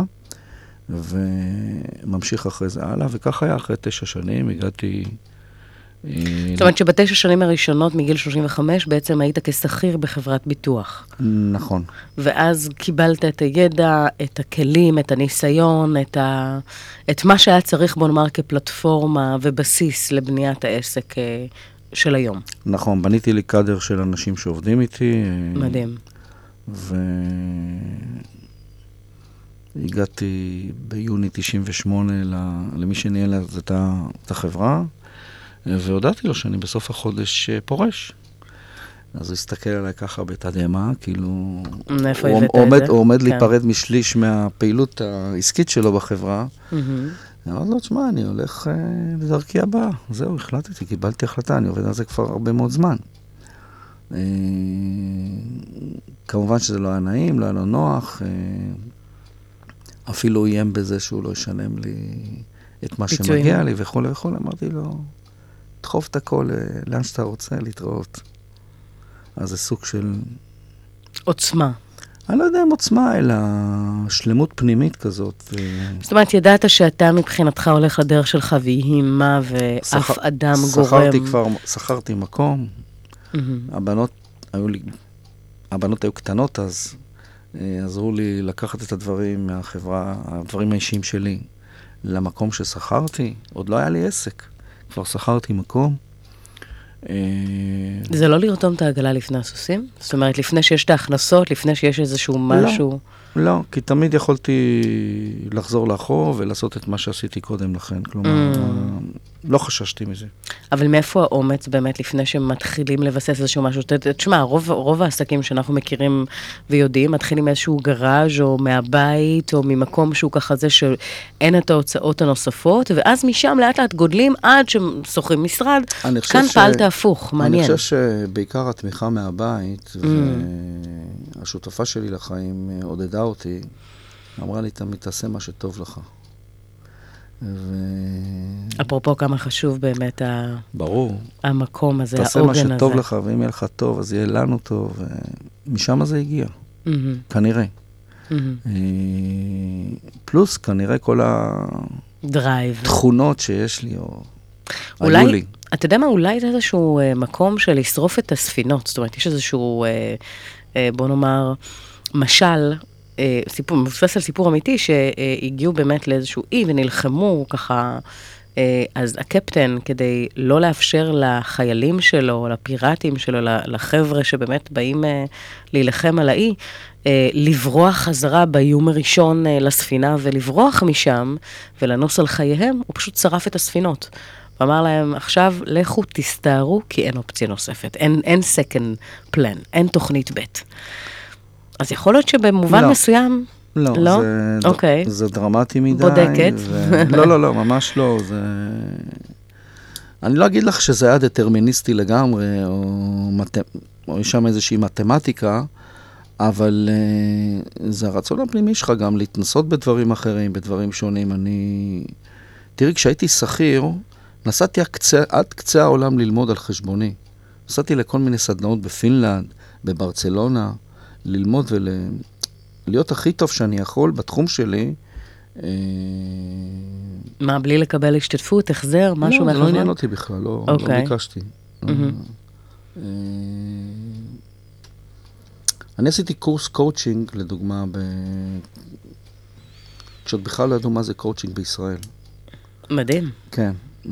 Speaker 5: וממשיך אחרי זה הלאה, וכך היה אחרי תשע שנים, הגעתי...
Speaker 4: זאת אומרת שבתשע שנים הראשונות, מגיל שלושים וחמש, בעצם היית כשכיר בחברת ביטוח.
Speaker 5: נכון.
Speaker 4: ואז קיבלת את הידע, את הכלים, את הניסיון, את, ה... את מה שהיה צריך, בוא נאמר, כפלטפורמה ובסיס לבניית העסק של היום.
Speaker 5: נכון, בניתי לי קאדר של אנשים שעובדים איתי.
Speaker 4: מדהים.
Speaker 5: ו... הגעתי ביוני תשעים ושמונה למי שניהל את החברה, והודעתי לו שאני בסוף החודש פורש. אז הוא הסתכל עליי ככה בתדהמה, כאילו...
Speaker 4: איפה
Speaker 5: הוא
Speaker 4: הבאת
Speaker 5: עומד,
Speaker 4: את זה?
Speaker 5: הוא עומד
Speaker 4: כן.
Speaker 5: להיפרד משליש מהפעילות העסקית שלו בחברה. אני אומר לו, תשמע, אני הולך אה, לדרכי הבאה. זהו, החלטתי, קיבלתי החלטה, אני עובד על זה כבר הרבה מאוד זמן. אה, כמובן שזה לא היה נעים, לא היה לו נוח. אה, אפילו הוא איים בזה שהוא לא ישלם לי את מה
Speaker 4: פיצויים.
Speaker 5: שמגיע לי וכו' וכו'. אמרתי לו, תדחוף את הכל לאן שאתה רוצה להתראות. אז זה סוג של...
Speaker 4: עוצמה.
Speaker 5: אני לא יודע אם עוצמה, אלא שלמות פנימית כזאת. ו...
Speaker 4: זאת אומרת, ידעת שאתה מבחינתך הולך לדרך שלך והיא מה, ואף
Speaker 5: שכר...
Speaker 4: אדם גורם.
Speaker 5: שכרתי כבר, שכרתי מקום. Mm-hmm. הבנות היו לי, הבנות היו קטנות אז, עזרו לי לקחת את הדברים מהחברה, הדברים האישיים שלי, למקום ששכרתי. עוד לא היה לי עסק. כבר שכרתי מקום.
Speaker 4: זה לא לרתום את העגלה לפני הסוסים? זאת אומרת, לפני שיש את ההכנסות, לפני שיש איזשהו משהו...
Speaker 5: לא, לא, כי תמיד יכולתי לחזור לאחור ולעשות את מה שעשיתי קודם לכן. כלומר, לא חששתי מזה.
Speaker 4: אבל מאיפה האומץ באמת לפני שמתחילים לבסס איזשהו משהו? תשמע, רוב, רוב העסקים שאנחנו מכירים ויודעים, מתחילים מאיזשהו גראז' או מהבית, או ממקום שהוא ככה זה שאין את ההוצאות הנוספות, ואז משם לאט לאט גודלים עד ששוכרים משרד. כאן ש... פעלת הפוך, מעניין.
Speaker 5: אני חושב שבעיקר התמיכה מהבית, mm. והשותפה שלי לחיים עודדה אותי, אמרה לי, תמיד תעשה מה שטוב לך. ו...
Speaker 4: אפרופו כמה חשוב באמת ה...
Speaker 5: ברור.
Speaker 4: המקום הזה,
Speaker 5: תעשה
Speaker 4: העוגן הזה.
Speaker 5: תעשה מה שטוב לך, ואם יהיה לך טוב, אז יהיה לנו טוב. ומשם זה הגיע. Mm-hmm. כנראה. Mm-hmm. פלוס, כנראה כל
Speaker 4: דרייב.
Speaker 5: התכונות שיש לי, או
Speaker 4: אולי,
Speaker 5: היו לי.
Speaker 4: אתה יודע מה, אולי זה איזשהו אה, מקום של לשרוף את הספינות. זאת אומרת, יש איזשהו, אה, אה, בוא נאמר, משל... סיפור, מבוסס על סיפור אמיתי, שהגיעו באמת לאיזשהו אי ונלחמו ככה, אז הקפטן, כדי לא לאפשר לחיילים שלו, לפיראטים שלו, לחבר'ה שבאמת באים להילחם על האי, לברוח חזרה ביום הראשון לספינה ולברוח משם ולנוס על חייהם, הוא פשוט שרף את הספינות. ואמר להם, עכשיו לכו תסתערו, כי אין אופציה נוספת, אין, אין second plan, אין תוכנית ב'. אז יכול להיות שבמובן
Speaker 5: לא.
Speaker 4: מסוים...
Speaker 5: לא,
Speaker 4: לא?
Speaker 5: זה,
Speaker 4: אוקיי.
Speaker 5: ד... זה דרמטי מדי.
Speaker 4: בודקת.
Speaker 5: ו... לא, לא, לא, ממש לא. זה... אני לא אגיד לך שזה היה דטרמיניסטי לגמרי, או, מת... או יש שם איזושהי מתמטיקה, אבל uh, זה הרצון הפנימי שלך גם להתנסות בדברים אחרים, בדברים שונים. אני... תראי, כשהייתי שכיר, נסעתי עד קצה, עד קצה העולם ללמוד על חשבוני. נסעתי לכל מיני סדנאות בפינלנד, בברצלונה, ללמוד ולהיות הכי טוב שאני יכול בתחום שלי.
Speaker 4: מה, בלי לקבל השתתפות, החזר, משהו
Speaker 5: לא,
Speaker 4: מהחברה?
Speaker 5: זה לא עניין אותי בכלל, לא, לא ביקשתי. אני עשיתי קורס קואוצ'ינג, לדוגמה, כשעוד בכלל לא ידעו מה זה קואוצ'ינג בישראל.
Speaker 4: מדהים.
Speaker 5: כן.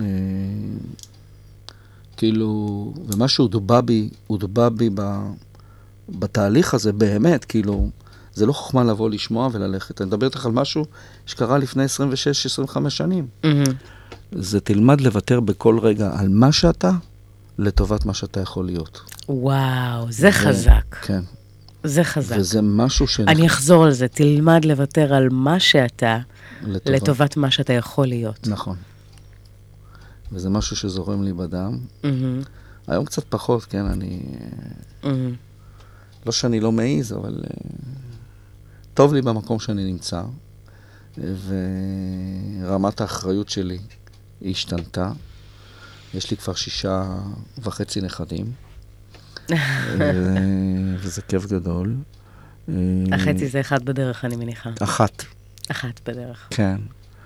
Speaker 5: כאילו, ומשהו דובה בי, הוא דובה בי ב... בתהליך הזה באמת, כאילו, זה לא חוכמה לבוא לשמוע וללכת. אני מדבר איתך על משהו שקרה לפני עשרים ושש עשרים וחמש שנים. Mm-hmm. זה תלמד לוותר בכל רגע על מה שאתה, לטובת מה שאתה יכול להיות.
Speaker 4: וואו, זה ו... חזק.
Speaker 5: כן.
Speaker 4: זה חזק.
Speaker 5: וזה משהו ש...
Speaker 4: אני אחזור על זה, תלמד לוותר על מה שאתה, לטובת, לטובת מה שאתה יכול להיות.
Speaker 5: נכון. וזה משהו שזורם לי בדם. Mm-hmm. היום קצת פחות, כן, אני... Mm-hmm. לא שאני לא מעיז, אבל uh, טוב לי במקום שאני נמצא, ורמת האחריות שלי היא השתנתה. יש לי כבר שישה וחצי נכדים, וזה כיף גדול.
Speaker 4: החצי זה אחד בדרך, אני מניחה.
Speaker 5: אחת. אחת
Speaker 4: בדרך.
Speaker 5: כן.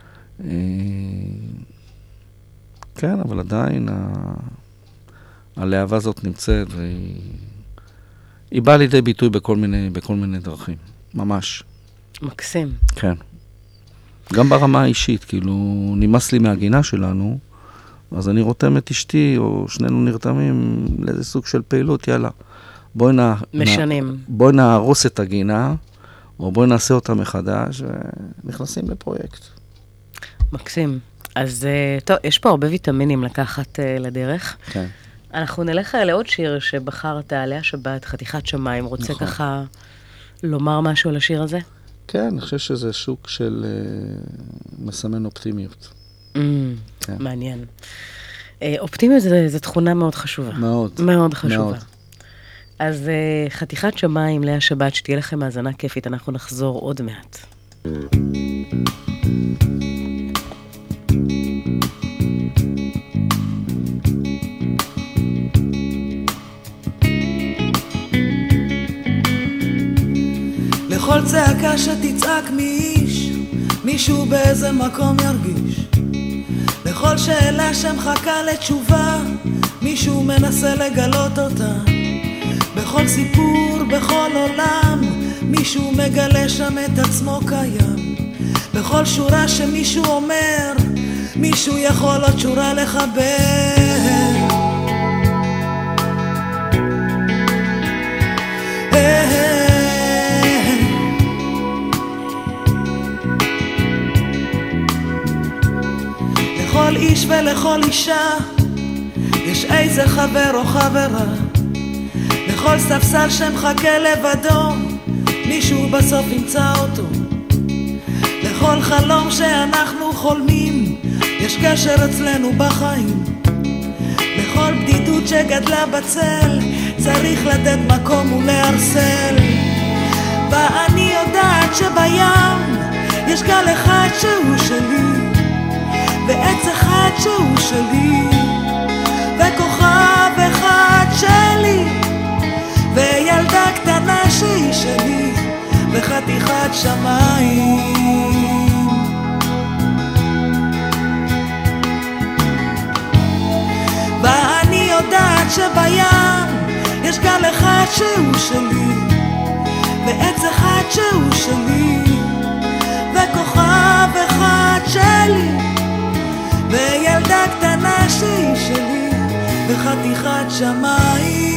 Speaker 5: כן, אבל עדיין הלהבה הזאת נמצאת, והיא... היא באה לידי ביטוי בכל מיני, בכל מיני דרכים, ממש.
Speaker 4: מקסים.
Speaker 5: כן. גם ברמה האישית, כאילו, נמאס לי מהגינה שלנו, אז אני רותם את אשתי, או שנינו נרתמים לאיזה סוג של פעילות, יאללה. בואי נע...
Speaker 4: משנים.
Speaker 5: בואי נהרוס את הגינה, או בואי נעשה אותה מחדש, ונכנסים לפרויקט.
Speaker 4: מקסים. אז טוב, יש פה הרבה ויטמינים לקחת לדרך.
Speaker 5: כן.
Speaker 4: אנחנו נלך לעוד שיר שבחרת עליה שבת, חתיכת שמיים. רוצה
Speaker 5: נכון.
Speaker 4: ככה לומר משהו על השיר הזה?
Speaker 5: כן, אני חושב שזה שוק של uh, מסמן אופטימיות.
Speaker 4: Mm,
Speaker 5: כן.
Speaker 4: מעניין. Uh, אופטימיות זו תכונה מאוד חשובה.
Speaker 5: מאוד.
Speaker 4: מאוד חשובה.
Speaker 5: מאוד.
Speaker 4: אז uh, חתיכת שמיים לאה שבת, שתהיה לכם האזנה כיפית, אנחנו נחזור עוד מעט.
Speaker 9: לכל צעקה שתצעק מאיש, מישהו באיזה מקום ירגיש. לכל שאלה שמחכה לתשובה, מישהו מנסה לגלות אותה. בכל סיפור, בכל עולם, מישהו מגלה שם את עצמו קיים. בכל שורה שמישהו אומר, מישהו יכול עוד שורה לחבר. לכל איש ולכל אישה יש איזה חבר או חברה. לכל ספסל שמחכה לבדו, מישהו בסוף ימצא אותו. לכל חלום שאנחנו חולמים, יש קשר אצלנו בחיים. לכל בדידות שגדלה בצל, צריך לתת מקום ולהרסל. ואני יודעת שבים יש גל אחד שהוא שלי, ועץ אחד שהוא שלי, וכוכב אחד שלי, וילדה קטנה שהיא שלי, וחתיכת שמיים. ואני יודעת שבים יש גל אחד שהוא שלי, ועץ אחד שהוא שלי, וכוכב אחד שלי, וילדה קטנה שהיא שלי, וחתיכת שמיים.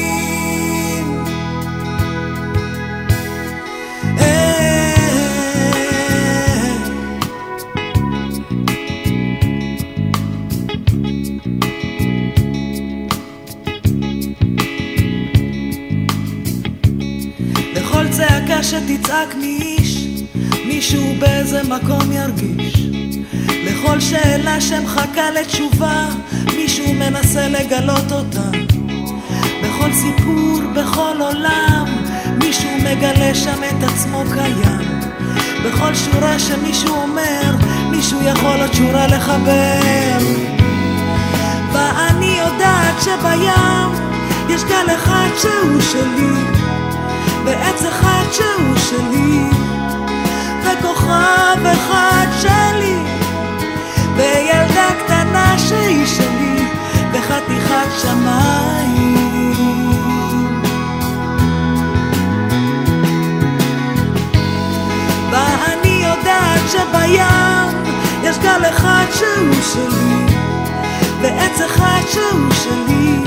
Speaker 9: לכל צעקה שתצעק מאיש, מישהו באיזה מקום ירגיש. לכל שאלה שמחכה לתשובה, מישהו מנסה לגלות אותה. בכל סיפור, בכל עולם, מישהו מגלה שם את עצמו קיים. בכל שורה שמישהו אומר, מישהו יכול עוד שורה לחבר. ואני יודעת שבים יש גל אחד שהוא שלי, ועץ אחד שהוא שלי, וכוכב אחד שלי, וילדה קטנה שהיא שלי, וחתיכת שמיים. ואני יודעת שבים יש גל אחד שהוא שלי, ועץ אחד שהוא שלי,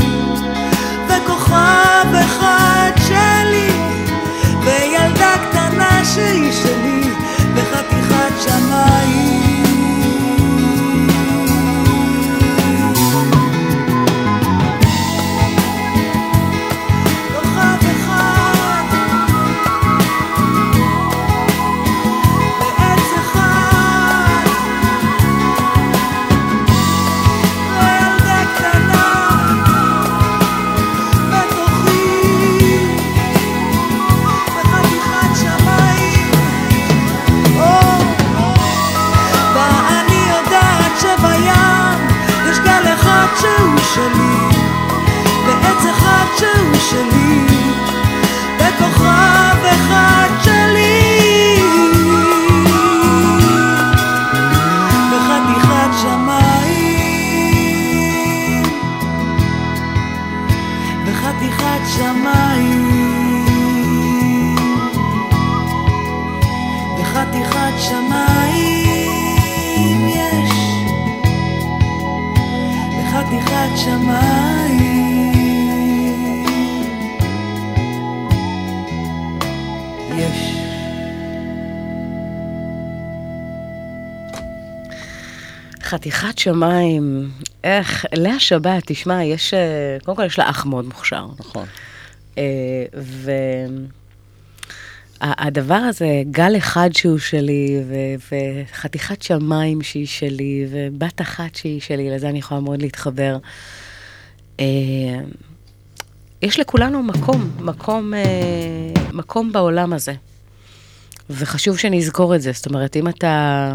Speaker 9: וכוכב אחד שלי, וילדה קטנה שהיא שלי, וחתיכת שמיים. שהוא שלי, ועץ אחד שהוא שלי, וכוכב אחד שלי, וחתיכת שמיים, וחתיכת שמיים, וחתיכת שמיים יש, חתיכת שמיים יש.
Speaker 4: חתיכת שמיים, איך, לאה שבת, תשמע, יש, קודם כל יש לה אח מאוד מוכשר.
Speaker 5: נכון.
Speaker 4: והדבר הזה, גל אחד שהוא שלי, וחתיכת שמיים שהיא שלי, ובת אחת שהיא שלי, לזה אני יכולה מאוד להתחבר. יש לכולנו מקום, מקום, מקום בעולם הזה. וחשוב שנזכור את זה. זאת אומרת, אם אתה,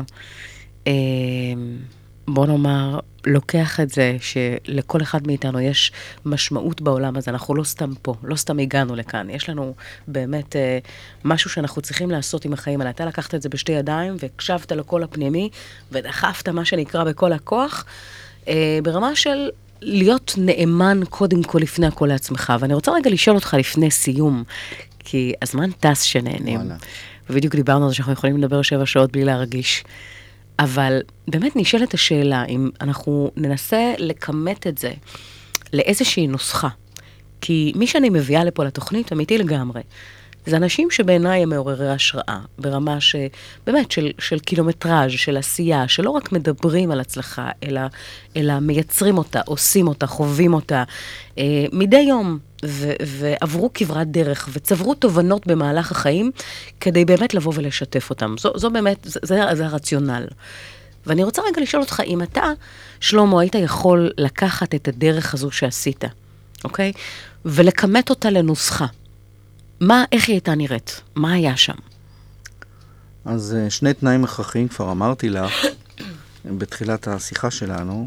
Speaker 4: בוא נאמר, לוקח את זה שלכל אחד מאיתנו יש משמעות בעולם הזה, אנחנו לא סתם פה, לא סתם הגענו לכאן. יש לנו באמת משהו שאנחנו צריכים לעשות עם החיים האלה. אתה לקחת את זה בשתי ידיים והקשבת לקול הפנימי ודחפת מה שנקרא בכל הכוח, ברמה של להיות נאמן קודם כל לפני הכל לעצמך. ואני רוצה רגע לשאול אותך לפני סיום, כי הזמן טס שנהנים. וואלה. ובדיוק דיברנו על זה שאנחנו יכולים לדבר שבע שעות בלי להרגיש. אבל באמת נשאלת השאלה, אם אנחנו ננסה לקמת את זה לאיזושהי נוסחה. כי מי שאני מביאה לפה לתוכנית, אמיתי לגמרי, זה אנשים שבעיניי הם מעוררי השראה, ברמה שבאמת של, של קילומטראז', של עשייה, שלא רק מדברים על הצלחה, אלא, אלא מייצרים אותה, עושים אותה, חווים אותה, אה, מדי יום, ו, ועברו כברת דרך, וצברו תובנות במהלך החיים, כדי באמת לבוא ולשתף אותם. זו, זו באמת, זה, זה, זה הרציונל. ואני רוצה רגע לשאול אותך, אם אתה, שלמה, היית יכול לקחת את הדרך הזו שעשית, אוקיי? ולקמת אותה לנוסחה. מה, איך היא הייתה נראית? מה היה שם?
Speaker 5: אז שני תנאים הכרחיים, כבר אמרתי לך, בתחילת השיחה שלנו,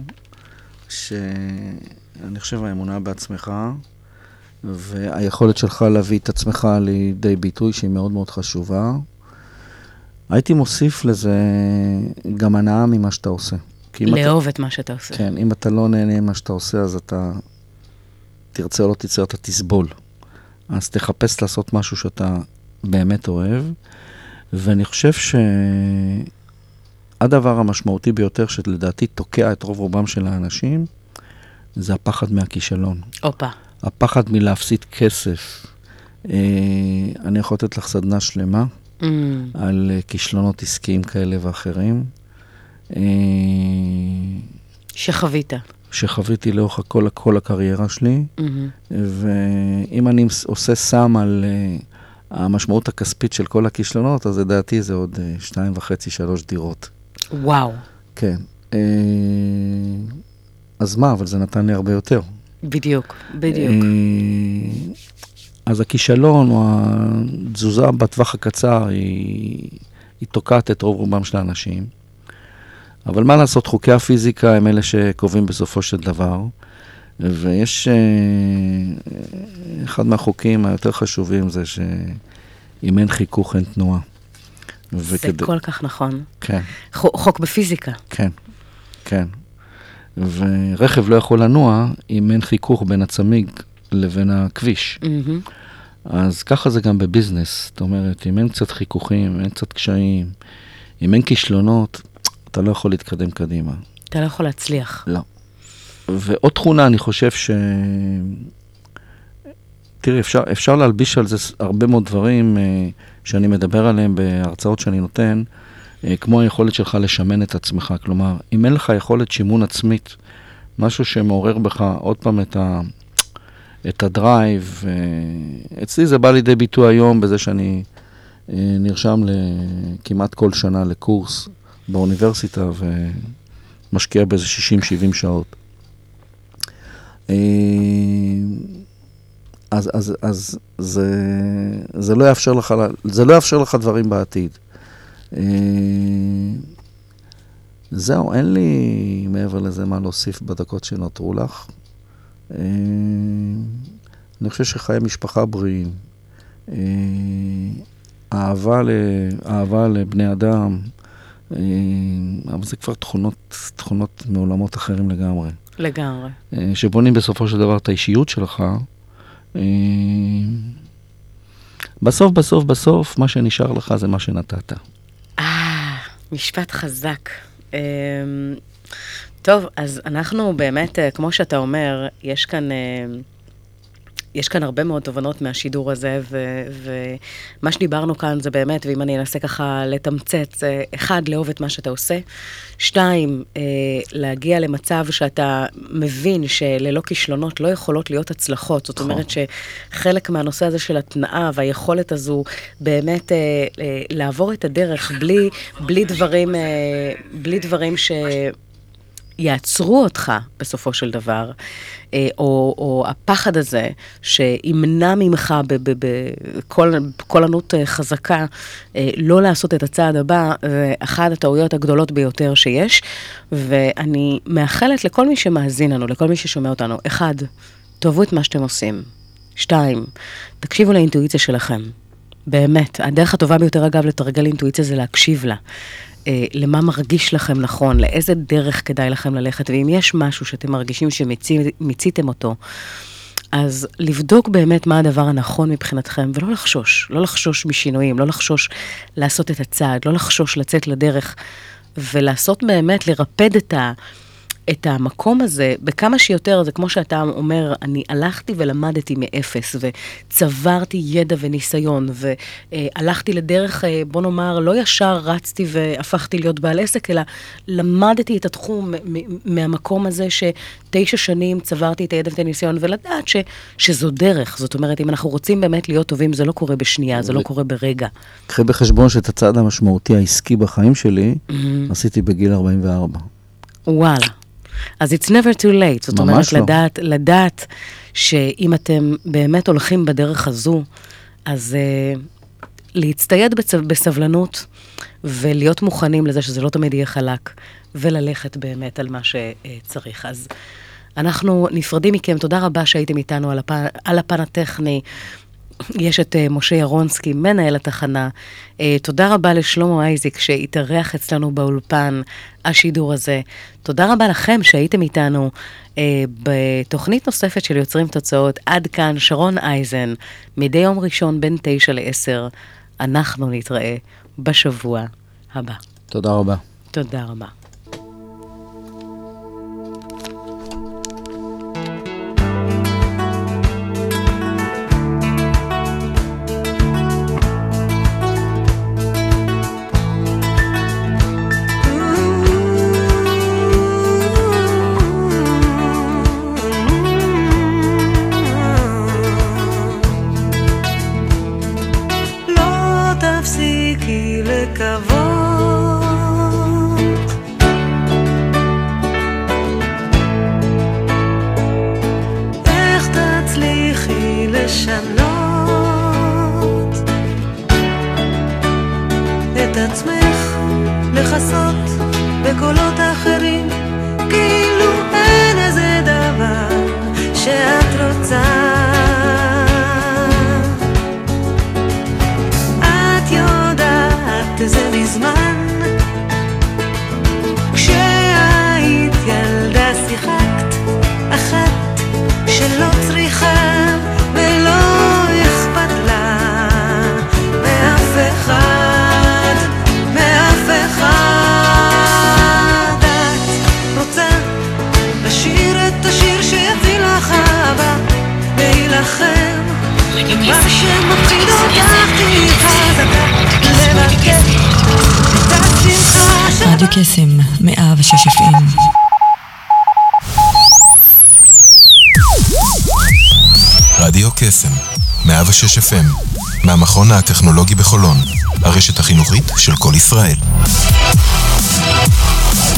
Speaker 5: שאני חושב האמונה בעצמך, והיכולת שלך להביא את עצמך לידי ביטוי שהיא מאוד מאוד חשובה. הייתי מוסיף לזה גם הנאה ממה שאתה עושה.
Speaker 4: לאהוב
Speaker 5: אתה,
Speaker 4: את מה שאתה עושה.
Speaker 5: כן, אם אתה לא נהנה ממה שאתה עושה, אז אתה תרצה או לא תרצה, אתה תסבול. אז תחפש לעשות משהו שאתה באמת אוהב, ואני חושב שהדבר המשמעותי ביותר שלדעתי תוקע את רוב רובם של האנשים, זה הפחד מהכישלון.
Speaker 4: אופה.
Speaker 5: הפחד מלהפסיד כסף. אני יכול לתת לך סדנה שלמה mm. על כישלונות עסקיים כאלה ואחרים.
Speaker 4: שחווית.
Speaker 5: שחוויתי לאורך כל, כל הקריירה שלי, mm-hmm. ואם אני עושה סם על uh, המשמעות הכספית של כל הכישלונות, אז לדעתי זה עוד uh, שתיים וחצי, שלוש דירות.
Speaker 4: וואו. כן.
Speaker 5: Uh, אז מה, אבל זה נתן לי הרבה יותר.
Speaker 4: בדיוק, בדיוק. Uh,
Speaker 5: אז הכישלון או התזוזה בטווח הקצר, היא, היא תוקעת את רוב רובם של האנשים. אבל מה לעשות, חוקי הפיזיקה הם אלה שקובעים בסופו של דבר, ויש אחד מהחוקים היותר חשובים זה שאם אין חיכוך אין תנועה.
Speaker 4: זה וכדי... כל כך נכון.
Speaker 5: כן.
Speaker 4: חוק בפיזיקה.
Speaker 5: כן, כן. ורכב לא יכול לנוע אם אין חיכוך בין הצמיג לבין הכביש. Mm-hmm. אז ככה זה גם בביזנס. זאת אומרת, אם אין קצת חיכוכים, אין קצת קשיים, אם אין כישלונות, אתה לא יכול להתקדם קדימה.
Speaker 4: אתה לא יכול להצליח.
Speaker 5: לא. ועוד תכונה, אני חושב ש... תראי, אפשר, אפשר להלביש על זה הרבה מאוד דברים אה, שאני מדבר עליהם בהרצאות שאני נותן, אה, כמו היכולת שלך לשמן את עצמך. כלומר, אם אין לך יכולת שימון עצמית, משהו שמעורר בך עוד פעם את, ה, את הדרייב, אה, אצלי זה בא לידי ביטוי היום בזה שאני אה, נרשם כמעט כל שנה לקורס, באוניברסיטה ומשקיע באיזה שישים שבעים שעות. אז, אז, אז זה, זה לא יאפשר לך, זה לא יאפשר לך דברים בעתיד. זהו, אין לי מעבר לזה מה להוסיף בדקות שנותרו לך. אני חושב שחיי משפחה בריאים. אהבה, אהבה לבני אדם, אבל זה כבר תכונות, תכונות מעולמות אחרים לגמרי.
Speaker 4: לגמרי.
Speaker 5: שבונים בסופו של דבר את האישיות שלך. בסוף, בסוף, בסוף, מה שנשאר לך זה מה שנתת.
Speaker 4: אה, משפט חזק. טוב, אז אנחנו באמת, כמו שאתה אומר, יש כאן, יש כאן הרבה מאוד תובנות מהשידור הזה, ומה שדיברנו כאן זה באמת, ואם אני אנסה ככה לתמצת, זה אחד, לאהוב את מה שאתה עושה, שתיים, להגיע למצב שאתה מבין שללא כישלונות לא יכולות להיות הצלחות, זאת אומרת שחלק מהנושא הזה של התנאה והיכולת הזו באמת לעבור את הדרך בלי, בלי דברים, בלי דברים ש... יעצרו אותך בסופו של דבר, או, או הפחד הזה שימנע ממך בכל ענות חזקה לא לעשות את הצעד הבא, זה אחת הטעויות הגדולות ביותר שיש, ואני מאחלת לכל מי שמאזין לנו, לכל מי ששומע אותנו, אחד, תאהבו את מה שאתם עושים, שתיים, תקשיבו לאינטואיציה שלכם, באמת, הדרך הטובה ביותר אגב לתרגל אינטואיציה זה להקשיב לה, למה מרגיש לכם נכון, לאיזה דרך כדאי לכם ללכת, ואם יש משהו שאתם מרגישים שמיציתם אותו, אז לבדוק באמת מה הדבר הנכון מבחינתכם, ולא לחשוש, לא לחשוש משינויים, לא לחשוש לעשות את הצעד, לא לחשוש לצאת לדרך, ולעשות באמת, לרפד את ה... את המקום הזה, בכמה שיותר, זה כמו שאתה אומר, אני הלכתי ולמדתי מאפס, וצברתי ידע וניסיון, והלכתי לדרך, בוא נאמר, לא ישר רצתי והפכתי להיות בעל עסק, אלא למדתי את התחום מהמקום הזה, שתשע שנים צברתי את הידע ואת הניסיון, ולדעת ש, שזו דרך. זאת אומרת, אם אנחנו רוצים באמת להיות טובים, זה לא קורה בשנייה, זה לא קורה ברגע.
Speaker 5: קחי בחשבון שאת הצעד המשמעותי העסקי בחיים שלי, עשיתי בגיל ארבעים וארבע.
Speaker 4: וואלה. אז it's never too late, זאת אומרת, לא. לדעת, לדעת שאם אתם באמת הולכים בדרך הזו, אז uh, להצטייד בצו, בסבלנות, ולהיות מוכנים לזה שזה לא תמיד יהיה חלק, וללכת באמת על מה שצריך. אז אנחנו נפרדים מכם, תודה רבה שהייתם איתנו על הפן, על הפן הטכני, יש את uh, משה ירונסקי, מנהל התחנה. Uh, תודה רבה לשלמה אייזיק שהתארח אצלנו באולפן השידור הזה. תודה רבה לכם שהייתם איתנו uh, בתוכנית נוספת של יוצרים תוצאות. עד כאן שרון אייזן, מדי יום ראשון בין תשע לעשר. אנחנו נתראה בשבוע הבא.
Speaker 5: תודה רבה.
Speaker 4: תודה רבה.
Speaker 1: רדיו קסם, מאה ושש אף אם.
Speaker 2: רדיו קסם, מאה ושש אף אם, מהמכון הטכנולוגי בחולון, הרשת החינוכית של כל ישראל.